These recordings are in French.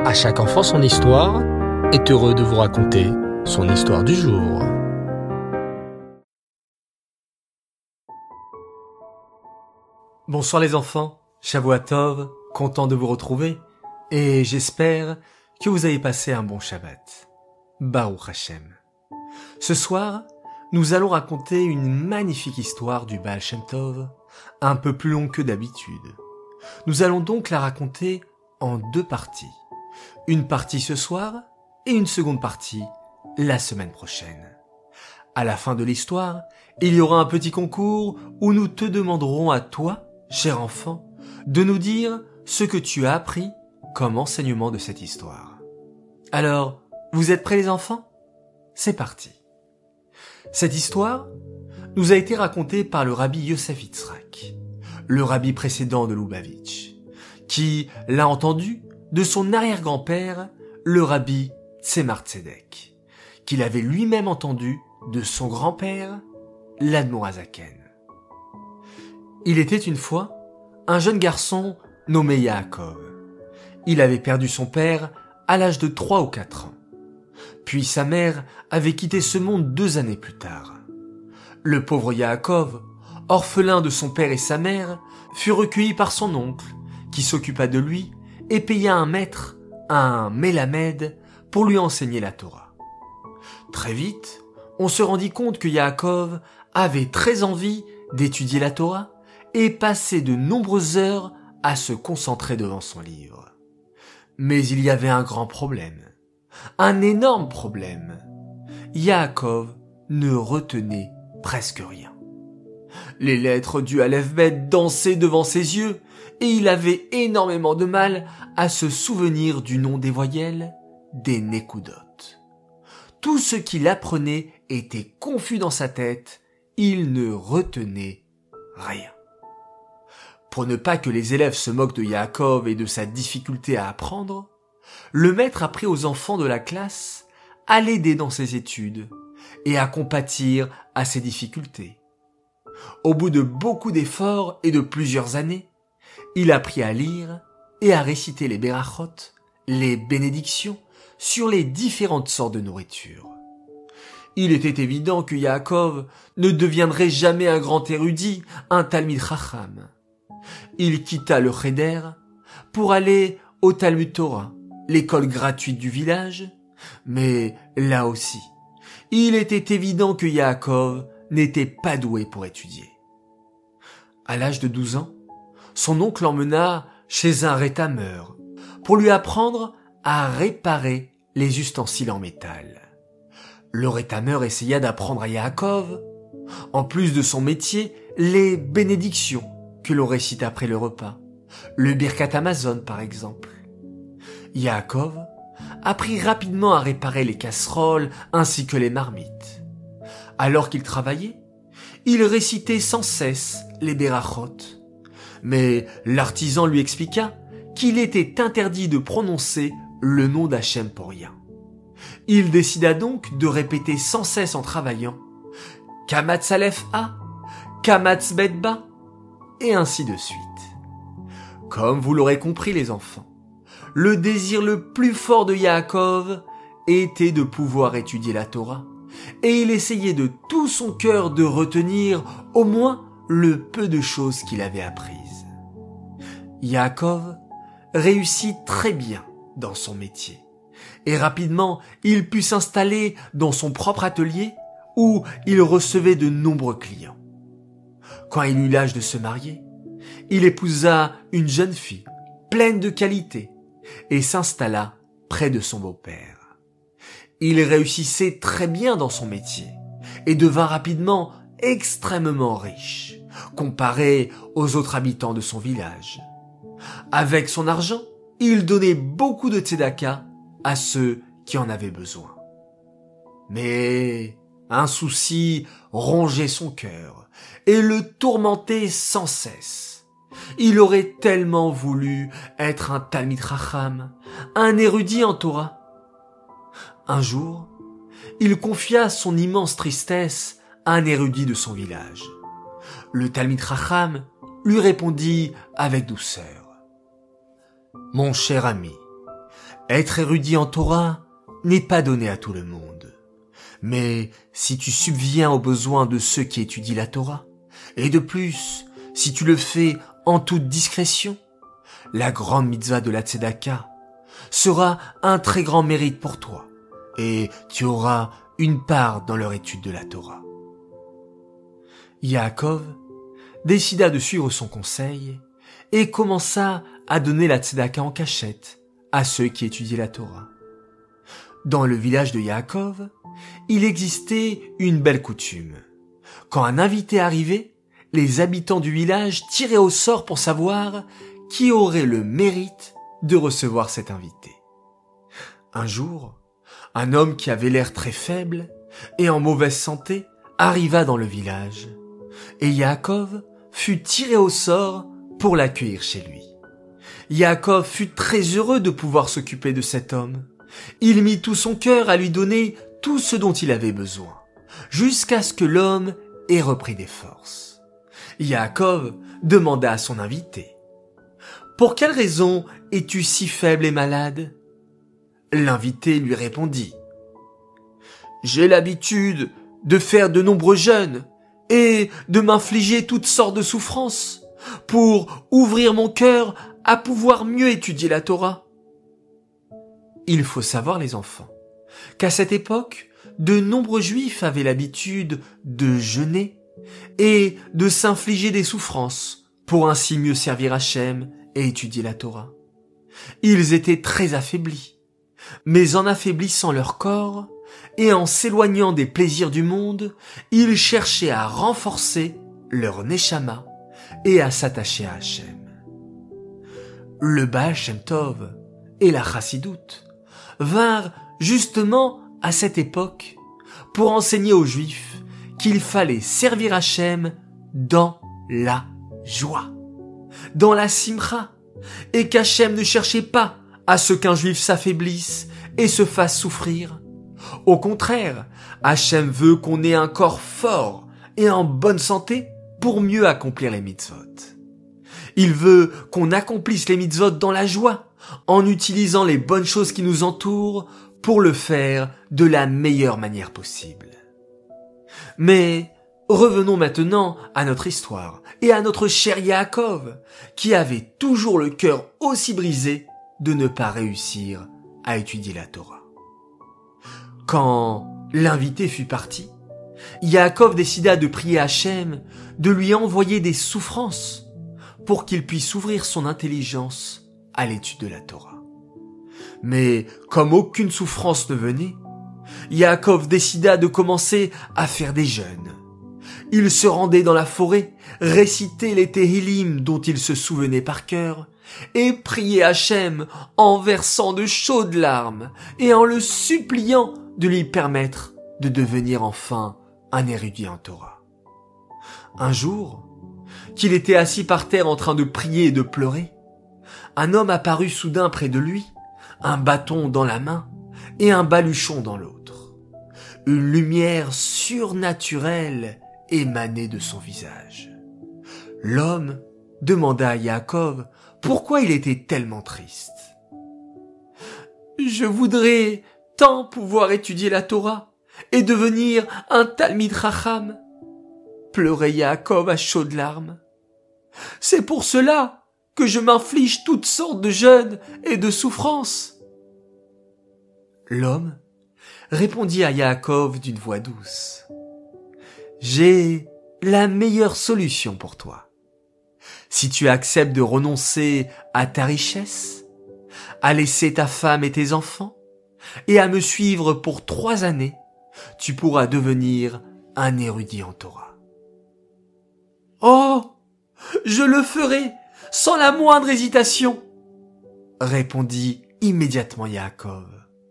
À chaque enfant son histoire est heureux de vous raconter son histoire du jour. Bonsoir les enfants, Shavua Tov, content de vous retrouver et j'espère que vous avez passé un bon Shabbat. Baruch Hashem. Ce soir, nous allons raconter une magnifique histoire du Baal Shem Tov, un peu plus longue que d'habitude. Nous allons donc la raconter en deux parties. Une partie ce soir et une seconde partie la semaine prochaine. À la fin de l'histoire, il y aura un petit concours où nous te demanderons à toi, cher enfant, de nous dire ce que tu as appris comme enseignement de cette histoire. Alors, vous êtes prêts les enfants ? C'est parti. Cette histoire nous a été racontée par le rabbi Yosef Yitzhak, le rabbi précédent de Lubavitch, qui l'a entendu de son arrière-grand-père, le rabbi Tzemar Tzedek, qu'il avait lui-même entendu de son grand-père, l'Admor Hazaken. Il était une fois un jeune garçon nommé Yaakov. Il avait perdu son père à l'âge de 3 ou 4 ans. Puis sa mère avait quitté ce monde 2 années plus tard. Le pauvre Yaakov, orphelin de son père et sa mère, fut recueilli par son oncle, qui s'occupa de lui et paya un maître, un mélamède, pour lui enseigner la Torah. Très vite, on se rendit compte que Yaakov avait très envie d'étudier la Torah et passait de nombreuses heures à se concentrer devant son livre. Mais il y avait un grand problème, un énorme problème. Yaakov ne retenait presque rien. Les lettres du Aleph Bet dansaient devant ses yeux et il avait énormément de mal à se souvenir du nom des voyelles, des Nekudot. Tout ce qu'il apprenait était confus dans sa tête, il ne retenait rien. Pour ne pas que les élèves se moquent de Yaakov et de sa difficulté à apprendre, le maître apprit aux enfants de la classe à l'aider dans ses études et à compatir à ses difficultés. Au bout de beaucoup d'efforts et de plusieurs années, il apprit à lire et à réciter les berachot, les bénédictions, sur les différentes sortes de nourriture. Il était évident que Yaakov ne deviendrait jamais un grand érudit, un Talmid Chacham. Il quitta le Cheder pour aller au Talmud Torah, l'école gratuite du village, mais là aussi, il était évident que Yaakov n'était pas doué pour étudier. À l'âge de 12 ans, son oncle l'emmena chez un rétameur pour lui apprendre à réparer les ustensiles en métal. Le rétameur essaya d'apprendre à Yaakov, en plus de son métier, les bénédictions que l'on récite après le repas, le Birkat Hamazon par exemple. Yaakov apprit rapidement à réparer les casseroles ainsi que les marmites. Alors qu'il travaillait, il récitait sans cesse les berachot. Mais l'artisan lui expliqua qu'il était interdit de prononcer le nom d'Hachem pour rien. Il décida donc de répéter sans cesse en travaillant Kamatz Aleph A, Kamatz Bet Ba, et ainsi de suite. Comme vous l'aurez compris les enfants, le désir le plus fort de Yaakov était de pouvoir étudier la Torah, et il essayait de tout son cœur de retenir au moins le peu de choses qu'il avait apprises. Yaakov réussit très bien dans son métier, et rapidement il put s'installer dans son propre atelier où il recevait de nombreux clients. Quand il eut l'âge de se marier, il épousa une jeune fille pleine de qualités et s'installa près de son beau-père. Il réussissait très bien dans son métier et devint rapidement extrêmement riche, comparé aux autres habitants de son village. Avec son argent, il donnait beaucoup de tzedaka à ceux qui en avaient besoin. Mais un souci rongeait son cœur et le tourmentait sans cesse. Il aurait tellement voulu être un Talmid Chacham, un érudit en Torah. Un jour, il confia son immense tristesse à un érudit de son village. Le Talmid Chacham lui répondit avec douceur. « Mon cher ami, Être érudit en Torah n'est pas donné à tout le monde. Mais si tu subviens aux besoins de ceux qui étudient la Torah, et de plus, si tu le fais en toute discrétion, la grande mitzvah de la tzedaka sera un très grand mérite pour toi, et tu auras une part dans leur étude de la Torah. Yaakov décida de suivre son conseil et commença à donner la tzedaka en cachette à ceux qui étudiaient la Torah. Dans le village de Yaakov, il existait une belle coutume. Quand un invité arrivait, les habitants du village tiraient au sort pour savoir qui aurait le mérite de recevoir cet invité. Un jour, un homme qui avait l'air très faible et en mauvaise santé arriva dans le village, et Yaakov fut tiré au sort pour l'accueillir chez lui. Yaakov fut très heureux de pouvoir s'occuper de cet homme. Il mit tout son cœur à lui donner tout ce dont il avait besoin, jusqu'à ce que l'homme ait repris des forces. Yaakov demanda à son invité: « Pour quelle raison es-tu si faible et malade ?» L'invité lui répondit: « J'ai l'habitude de faire de nombreux jeûnes et de m'infliger toutes sortes de souffrances pour ouvrir mon cœur à pouvoir mieux étudier la Torah. » Il faut savoir, les enfants, qu'à cette époque, de nombreux juifs avaient l'habitude de jeûner et de s'infliger des souffrances pour ainsi mieux servir Hachem et étudier la Torah. Ils étaient très affaiblis, mais en affaiblissant leur corps et en s'éloignant des plaisirs du monde, ils cherchaient à renforcer leur neshama et à s'attacher à Hachem. Le Baal Shem Tov et la Chassidoute vinrent justement à cette époque pour enseigner aux Juifs qu'il fallait servir Hachem dans la joie, dans la simcha, et qu'Hachem ne cherchait pas à ce qu'un Juif s'affaiblisse et se fasse souffrir. Au contraire, Hachem veut qu'on ait un corps fort et en bonne santé pour mieux accomplir les mitzvot. Il veut qu'on accomplisse les mitzvot dans la joie, en utilisant les bonnes choses qui nous entourent pour le faire de la meilleure manière possible. Mais revenons maintenant à notre histoire et à notre cher Yaakov, qui avait toujours le cœur aussi brisé de ne pas réussir à étudier la Torah. Quand l'invité fut parti, Yaakov décida de prier Hachem de lui envoyer des souffrances pour qu'il puisse ouvrir son intelligence à l'étude de la Torah. Mais comme aucune souffrance ne venait, Yaakov décida de commencer à faire des jeûnes. Il se rendait dans la forêt, récitait les Tehillim dont il se souvenait par cœur, et priait Hachem en versant de chaudes larmes et en le suppliant de lui permettre de devenir enfin un érudit en Torah. Un jour, qu'il était assis par terre en train de prier et de pleurer, un homme apparut soudain près de lui, un bâton dans la main et un baluchon dans l'autre. Une lumière surnaturelle émanait de son visage. L'homme demanda à Yaakov pourquoi il était tellement triste. « Je voudrais tant pouvoir étudier la Torah et devenir un Talmid Chacham » pleurait Yaakov à chaudes larmes. « C'est pour cela que je m'inflige toutes sortes de jeûnes et de souffrances. » L'homme répondit à Yaakov d'une voix douce. « J'ai la meilleure solution pour toi. Si tu acceptes de renoncer à ta richesse, à laisser ta femme et tes enfants, et à me suivre pour 3 années, tu pourras devenir un érudit en Torah. »« Oh, je le ferai sans la moindre hésitation, » répondit immédiatement Yaakov.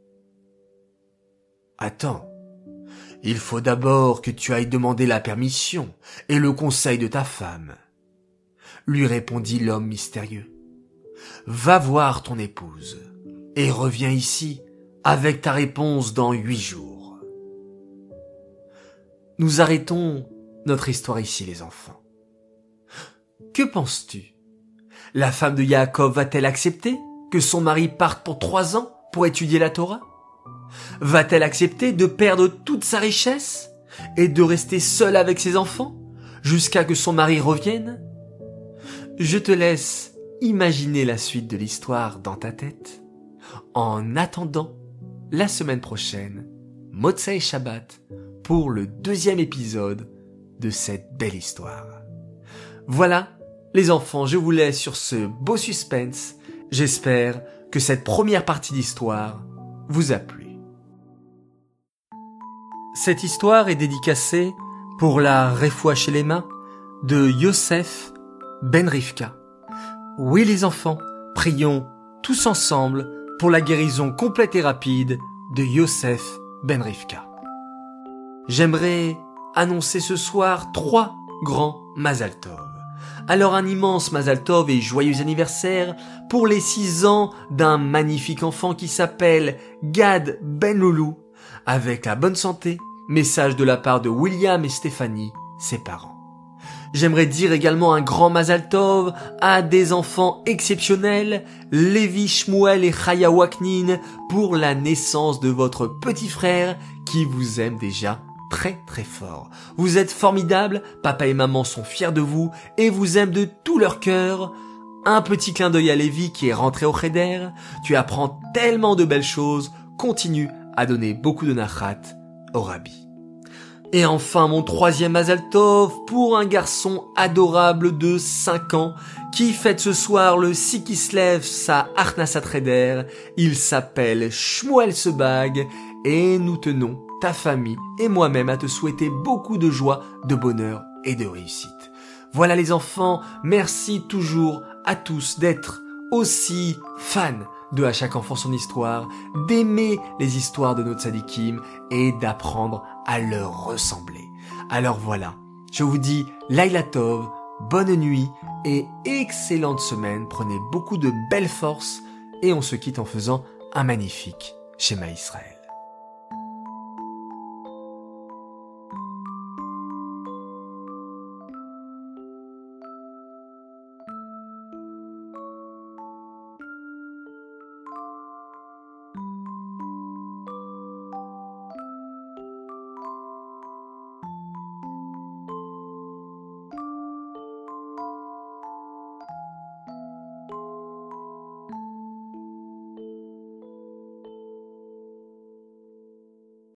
« Attends, il faut d'abord que tu ailles demander la permission et le conseil de ta femme, » lui répondit l'homme mystérieux. « Va voir ton épouse et reviens ici avec ta réponse dans 8 jours. » Nous arrêtons notre histoire ici, les enfants. Que penses-tu? La femme de Yaakov va-t-elle accepter que son mari parte pour 3 ans pour étudier la Torah? Va-t-elle accepter de perdre toute sa richesse et de rester seule avec ses enfants jusqu'à que son mari revienne? Je te laisse imaginer la suite de l'histoire dans ta tête. En attendant, la semaine prochaine, Motsei Shabbat, pour le 2e épisode de cette belle histoire. Voilà, les enfants, je vous laisse sur ce beau suspense. J'espère que cette première partie d'histoire vous a plu. Cette histoire est dédicacée pour la Refoua Shelema de Yosef Ben Rivka. Oui les enfants, prions tous ensemble pour la guérison complète et rapide de Yosef Ben Rivka. J'aimerais annoncer ce soir 3 grands Mazal Tov. Alors un immense Mazal Tov et joyeux anniversaire pour les 6 ans d'un magnifique enfant qui s'appelle Gad Ben Loulou, avec la bonne santé, message de la part de William et Stéphanie, ses parents. J'aimerais dire également un grand Mazal Tov à des enfants exceptionnels, Lévi, Shmuel et Chaya Waknin, pour la naissance de votre petit frère qui vous aime déjà très très fort. Vous êtes formidables, papa et maman sont fiers de vous et vous aiment de tout leur cœur. Un petit clin d'œil à Lévi qui est rentré au Cheder. Tu apprends tellement de belles choses, continue à donner beaucoup de nachat au Rabbi. Et enfin mon 3e Mazal Tov pour un garçon adorable de 5 ans qui fête ce soir le Sikislev sa Arnasat Cheder. Il s'appelle Shmuel Sebag et nous tenons, ta famille et moi-même, à te souhaiter beaucoup de joie, de bonheur et de réussite. Voilà les enfants, merci toujours à tous d'être aussi fans de À chaque enfant son histoire, d'aimer les histoires de nos tzadikim et d'apprendre à leur ressembler. Alors voilà, je vous dis Laila Tov, bonne nuit et excellente semaine. Prenez beaucoup de belles forces et on se quitte en faisant un magnifique Shema Israël.